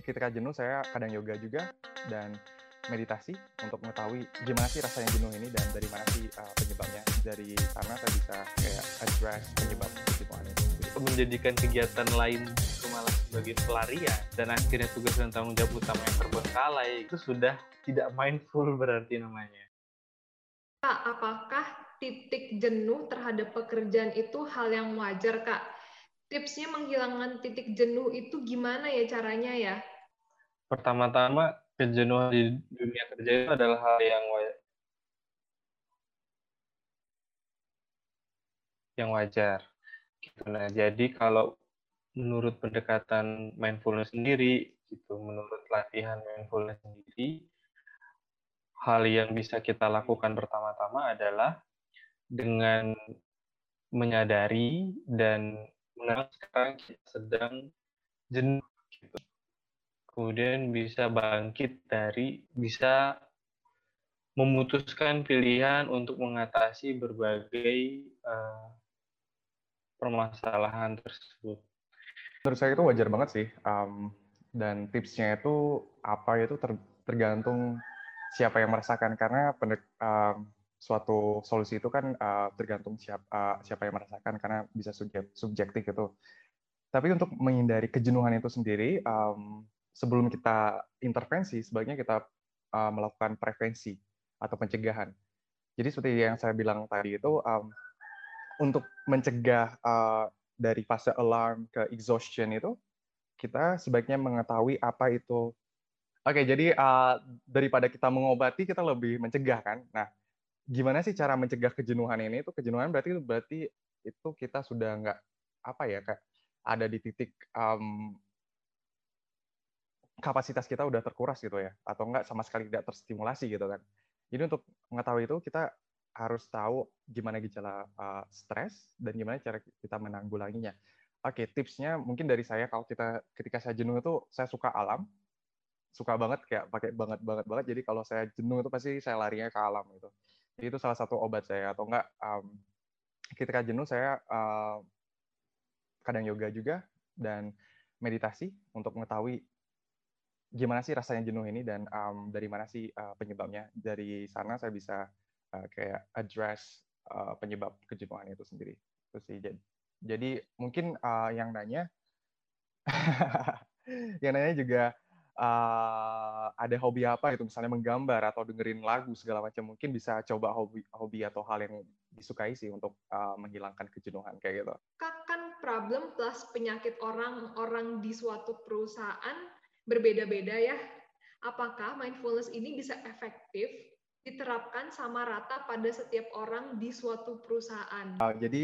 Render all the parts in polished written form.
ketika jenuh saya kadang yoga juga dan meditasi untuk mengetahui gimana sih rasanya jenuh ini dan dari mana sih penyebabnya. Dari sana saya bisa kayak address penyebab kejenuhan itu. Menjadikan kegiatan lain itu malah sebagai pelarian dan akhirnya tugas dan tanggung jawab utama yang terbengkalai, itu sudah tidak mindful berarti namanya. Kak, apakah titik jenuh terhadap pekerjaan itu hal yang wajar, Kak? Tipsnya menghilangkan titik jenuh itu gimana ya caranya ya? Pertama-tama, kejenuhan di dunia kerja itu adalah hal yang wajar. Gitu. Nah, jadi kalau menurut pendekatan mindfulness sendiri, gitu, menurut latihan mindfulness sendiri, hal yang bisa kita lakukan pertama-tama adalah dengan menyadari dan mengenal sekarang kita sedang jenuh. Gitu. Kemudian bisa bisa memutuskan pilihan untuk mengatasi berbagai permasalahan tersebut. Menurut saya itu wajar banget sih. Dan tipsnya itu apa itu tergantung siapa yang merasakan, karena suatu solusi itu kan tergantung siapa yang merasakan, karena bisa subjektif gitu. Tapi untuk menghindari kejenuhan itu sendiri, sebelum kita intervensi, sebaiknya kita melakukan prevensi atau pencegahan. Jadi seperti yang saya bilang tadi itu, untuk mencegah dari fase alarm ke exhaustion itu, kita sebaiknya mengetahui apa itu. Oke, jadi daripada kita mengobati, kita lebih mencegah kan. Nah, gimana sih cara mencegah kejenuhan ini? Itu kejenuhan berarti itu kita sudah nggak apa ya, kayak ada di titik kapasitas kita udah terkuras gitu ya, atau enggak sama sekali tidak terstimulasi gitu kan. Jadi untuk mengetahui itu kita harus tahu gimana gejala stres dan gimana cara kita menanggulanginya. Oke, tipsnya mungkin dari saya, kalau ketika saya jenuh itu saya suka alam, suka banget kayak pakai banget. Jadi kalau saya jenuh itu pasti saya larinya ke alam gitu. Jadi itu salah satu obat saya, atau enggak ketika jenuh saya kadang yoga juga dan meditasi untuk mengetahui gimana sih rasanya jenuh ini dan dari mana sih penyebabnya. Dari sana saya bisa kayak address penyebab kejenuhan itu sendiri. Itu sih. Jadi mungkin yang nanya juga ada hobi apa gitu, misalnya menggambar atau dengerin lagu segala macam, mungkin bisa coba hobi atau hal yang disukai sih untuk menghilangkan kejenuhan kayak gitu. Kan problem plus penyakit orang di suatu perusahaan berbeda-beda ya. Apakah mindfulness ini bisa efektif diterapkan sama rata pada setiap orang di suatu perusahaan? Jadi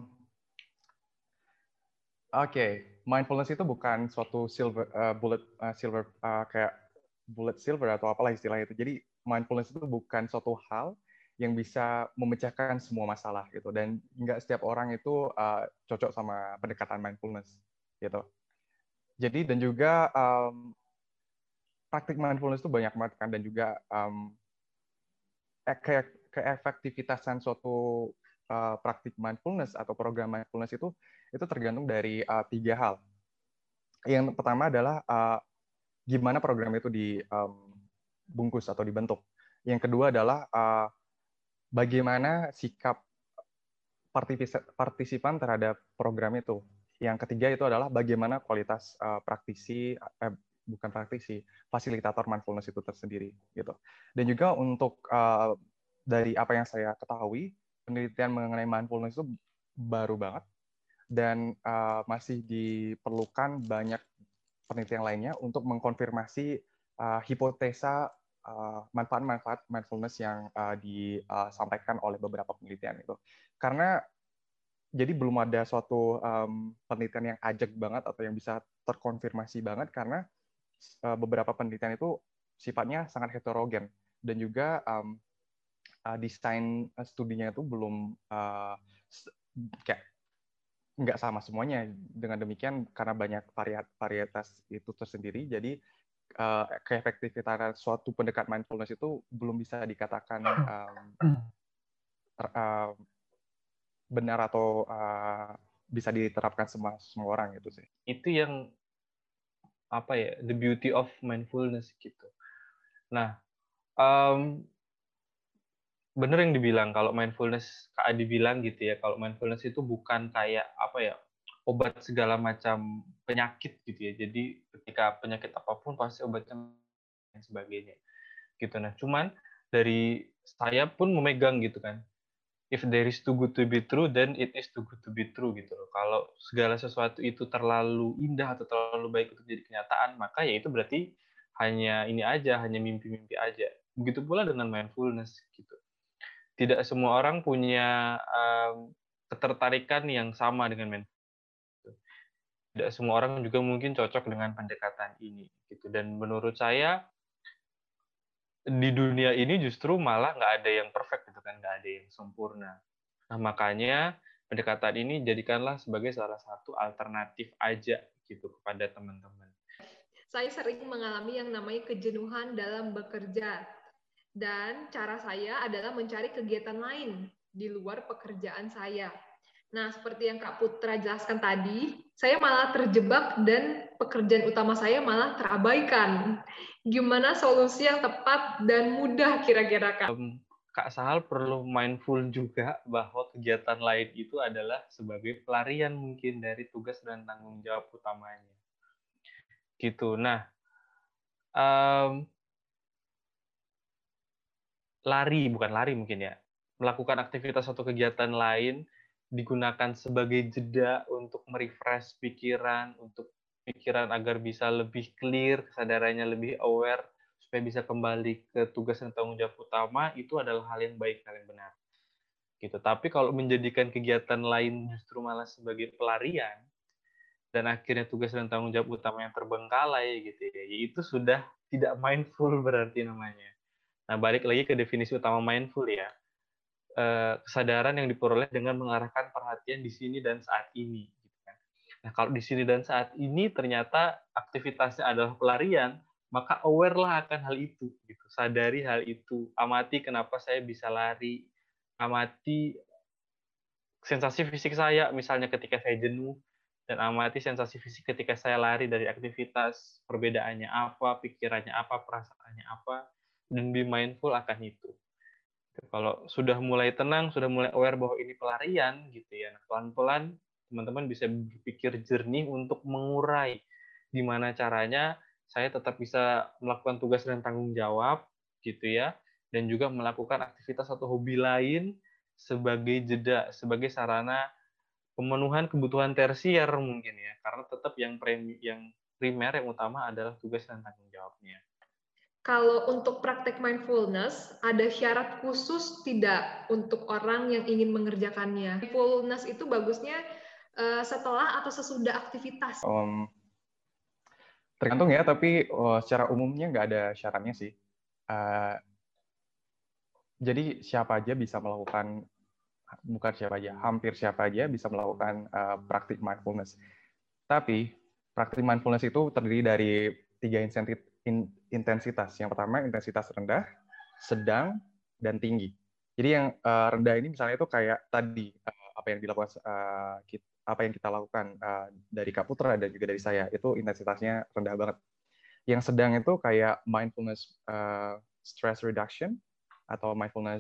mindfulness itu bukan suatu kayak bullet silver atau apalah istilah itu. Jadi mindfulness itu bukan suatu hal yang bisa memecahkan semua masalah gitu, dan nggak setiap orang itu cocok sama pendekatan mindfulness gitu. Jadi dan juga praktik mindfulness itu banyak banget kan, dan juga keefektivitasan suatu praktik mindfulness atau program mindfulness itu tergantung dari 3 hal. Yang pertama adalah gimana program itu dibungkus atau dibentuk. Yang kedua adalah bagaimana sikap partisipan terhadap program itu. Yang ketiga itu adalah bagaimana kualitas fasilitator mindfulness itu tersendiri gitu. Dan juga untuk dari apa yang saya ketahui, penelitian mengenai mindfulness itu baru banget, dan masih diperlukan banyak penelitian lainnya untuk mengkonfirmasi hipotesa manfaat-manfaat mindfulness yang disampaikan oleh beberapa penelitian itu. Karena jadi belum ada suatu penelitian yang ajak banget atau yang bisa terkonfirmasi banget, karena beberapa penelitian itu sifatnya sangat heterogen, dan juga desain studinya itu belum kayak nggak sama semuanya. Dengan demikian, karena banyak varietas itu tersendiri, jadi keefektivitasan suatu pendekatan mindfulness itu belum bisa dikatakan benar atau bisa diterapkan semua orang itu sih. Itu yang the beauty of mindfulness gitu. Nah, um, bener yang dibilang kalau mindfulness, Kak Adi bilang gitu ya, kalau mindfulness itu bukan kayak obat segala macam penyakit gitu ya. Jadi ketika penyakit apapun pasti obatnya dan sebagainya gitu. Nah, cuman dari saya pun memegang gitu kan. If there is too good to be true, then it is too good to be true gitu loh. Kalau segala sesuatu itu terlalu indah atau terlalu baik untuk jadi kenyataan, maka ya itu berarti hanya mimpi-mimpi aja. Begitu pula dengan mindfulness gitu. Tidak semua orang punya ketertarikan yang sama dengan mindfulness. Tidak semua orang juga mungkin cocok dengan pendekatan ini gitu. Dan menurut saya di dunia ini justru malah nggak ada yang perfect gitu kan, nggak ada yang sempurna. Nah, makanya pendekatan ini jadikanlah sebagai salah satu alternatif aja gitu kepada teman-teman. Saya sering mengalami yang namanya kejenuhan dalam bekerja. Dan cara saya adalah mencari kegiatan lain di luar pekerjaan saya. Nah, seperti yang Kak Putra jelaskan tadi, saya malah terjebak dan pekerjaan utama saya malah terabaikan. Gimana solusi yang tepat dan mudah kira-kira, Kak? Kak Sahal perlu mindful juga bahwa kegiatan lain itu adalah sebagai pelarian mungkin dari tugas dan tanggung jawab utamanya. Gitu. Nah, bukan lari mungkin ya. Melakukan aktivitas atau kegiatan lain digunakan sebagai jeda untuk merefresh pikiran, untuk pikiran agar bisa lebih clear, kesadarannya lebih aware, supaya bisa kembali ke tugas dan tanggung jawab utama, itu adalah hal yang baik, hal yang benar. Gitu. Tapi kalau menjadikan kegiatan lain justru malah sebagai pelarian, dan akhirnya tugas dan tanggung jawab utama yang terbengkalai, gitu ya, itu sudah tidak mindful berarti namanya. Nah, balik lagi ke definisi utama mindful ya. Kesadaran yang diperoleh dengan mengarahkan perhatian di sini dan saat ini. Gitu kan. Nah, kalau di sini dan saat ini ternyata aktivitasnya adalah pelarian, maka aware lah akan hal itu. Gitu. Sadari hal itu. Amati kenapa saya bisa lari. Amati sensasi fisik saya, misalnya ketika saya jenuh, dan amati sensasi fisik ketika saya lari dari aktivitas, perbedaannya apa, pikirannya apa, perasaannya apa, dan be mindful akan itu. Kalau sudah mulai tenang, sudah mulai aware bahwa ini pelarian, gitu ya. Nah, pelan-pelan teman-teman bisa berpikir jernih untuk mengurai gimana caranya saya tetap bisa melakukan tugas dan tanggung jawab, gitu ya, dan juga melakukan aktivitas atau hobi lain sebagai jeda, sebagai sarana pemenuhan kebutuhan tersier mungkin ya, karena tetap yang primer, yang utama adalah tugas dan tanggung jawabnya. Kalau untuk praktek mindfulness, ada syarat khusus tidak untuk orang yang ingin mengerjakannya? Mindfulness itu bagusnya setelah atau sesudah aktivitas? Tergantung ya, tapi secara umumnya nggak ada syaratnya sih. Jadi siapa aja bisa melakukan, bukan siapa aja, hampir siapa aja bisa melakukan praktik mindfulness. Tapi praktik mindfulness itu terdiri dari 3 intensitas. Yang pertama intensitas rendah, sedang, dan tinggi. Jadi yang rendah ini misalnya itu kayak tadi apa yang dilakukan apa yang kita lakukan dari Kak Putra dan juga dari saya itu intensitasnya rendah banget. Yang sedang itu kayak mindfulness stress reduction atau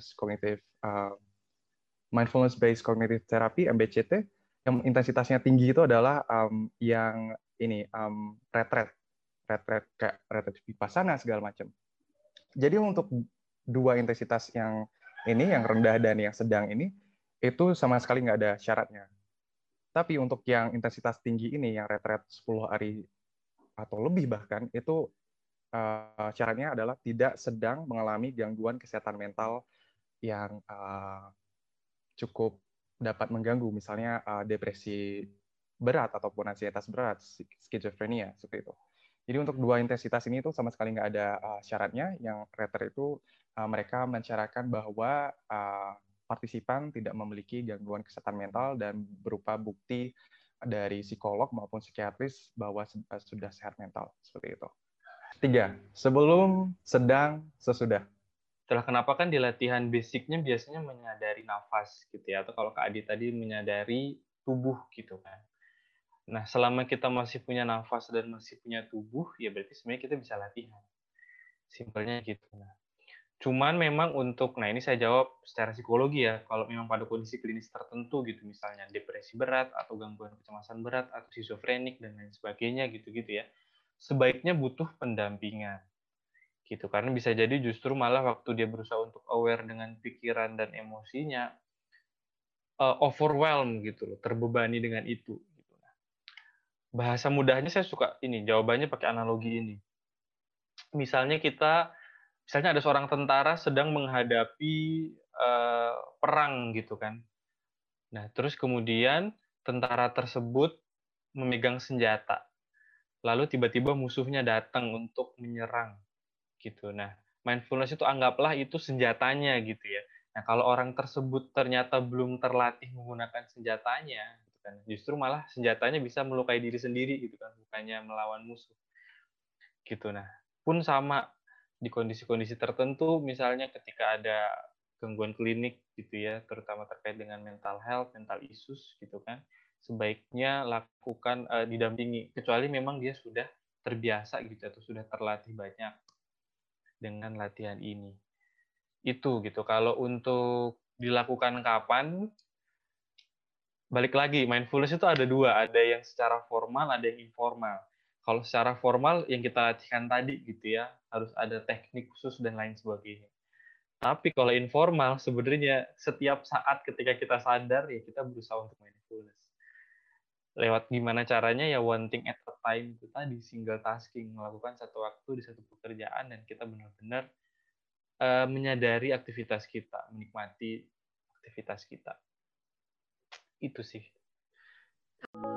mindfulness based cognitive therapy MBCT. Yang intensitasnya tinggi itu adalah yang ini retreat kayak retreat vipassana segala macam. Jadi untuk 2 intensitas yang ini, yang rendah dan yang sedang ini, itu sama sekali nggak ada syaratnya. Tapi untuk yang intensitas tinggi ini, yang retreat 10 hari atau lebih bahkan, itu syaratnya adalah tidak sedang mengalami gangguan kesehatan mental yang cukup dapat mengganggu, misalnya depresi berat ataupun ansietas berat, skizofrenia, seperti itu. Jadi untuk 2 intensitas ini tuh sama sekali nggak ada syaratnya. Yang retreat itu mereka mensyaratkan bahwa partisipan tidak memiliki gangguan kesehatan mental dan berupa bukti dari psikolog maupun psikiatris bahwa sudah sehat mental, seperti itu. 3. Sebelum, sedang, sesudah. Itulah kenapa kan di latihan basicnya biasanya menyadari nafas gitu ya, atau kalau Kak Adi tadi menyadari tubuh gitu kan. Nah, selama kita masih punya nafas dan masih punya tubuh, ya berarti sebenarnya kita bisa latihan. Simpelnya gitu. Nah, cuman memang untuk, nah ini saya jawab secara psikologi ya, kalau memang pada kondisi klinis tertentu gitu, misalnya depresi berat, atau gangguan kecemasan berat, atau schizofrenik, dan lain sebagainya gitu-gitu ya, sebaiknya butuh pendampingan. Gitu, karena bisa jadi justru malah waktu dia berusaha untuk aware dengan pikiran dan emosinya, overwhelm gitu loh, terbebani dengan itu. Gitu. Bahasa mudahnya saya suka ini, jawabannya pakai analogi ini. Misalnya ada seorang tentara sedang menghadapi perang gitu kan. Nah, terus kemudian tentara tersebut memegang senjata. Lalu tiba-tiba musuhnya datang untuk menyerang gitu. Nah, mindfulness itu anggaplah itu senjatanya gitu ya. Nah, kalau orang tersebut ternyata belum terlatih menggunakan senjatanya, gitu kan, justru malah senjatanya bisa melukai diri sendiri gitu kan, bukannya melawan musuh. Gitu. Nah, pun sama di kondisi-kondisi tertentu, misalnya ketika ada gangguan klinik gitu ya, terutama terkait dengan mental health, mental issues gitu kan, sebaiknya lakukan didampingi, kecuali memang dia sudah terbiasa gitu atau sudah terlatih banyak dengan latihan ini. Itu gitu. Kalau untuk dilakukan kapan, balik lagi, mindfulness itu ada dua, ada yang secara formal, ada yang informal. Kalau secara formal yang kita latihkan tadi gitu ya, harus ada teknik khusus dan lain sebagainya. Tapi kalau informal sebenarnya setiap saat ketika kita sadar ya kita berusaha untuk mindfulness. Lewat gimana caranya ya one thing at a time itu tadi, single tasking, melakukan satu waktu di satu pekerjaan dan kita benar-benar menyadari aktivitas kita, menikmati aktivitas kita. Itu sih.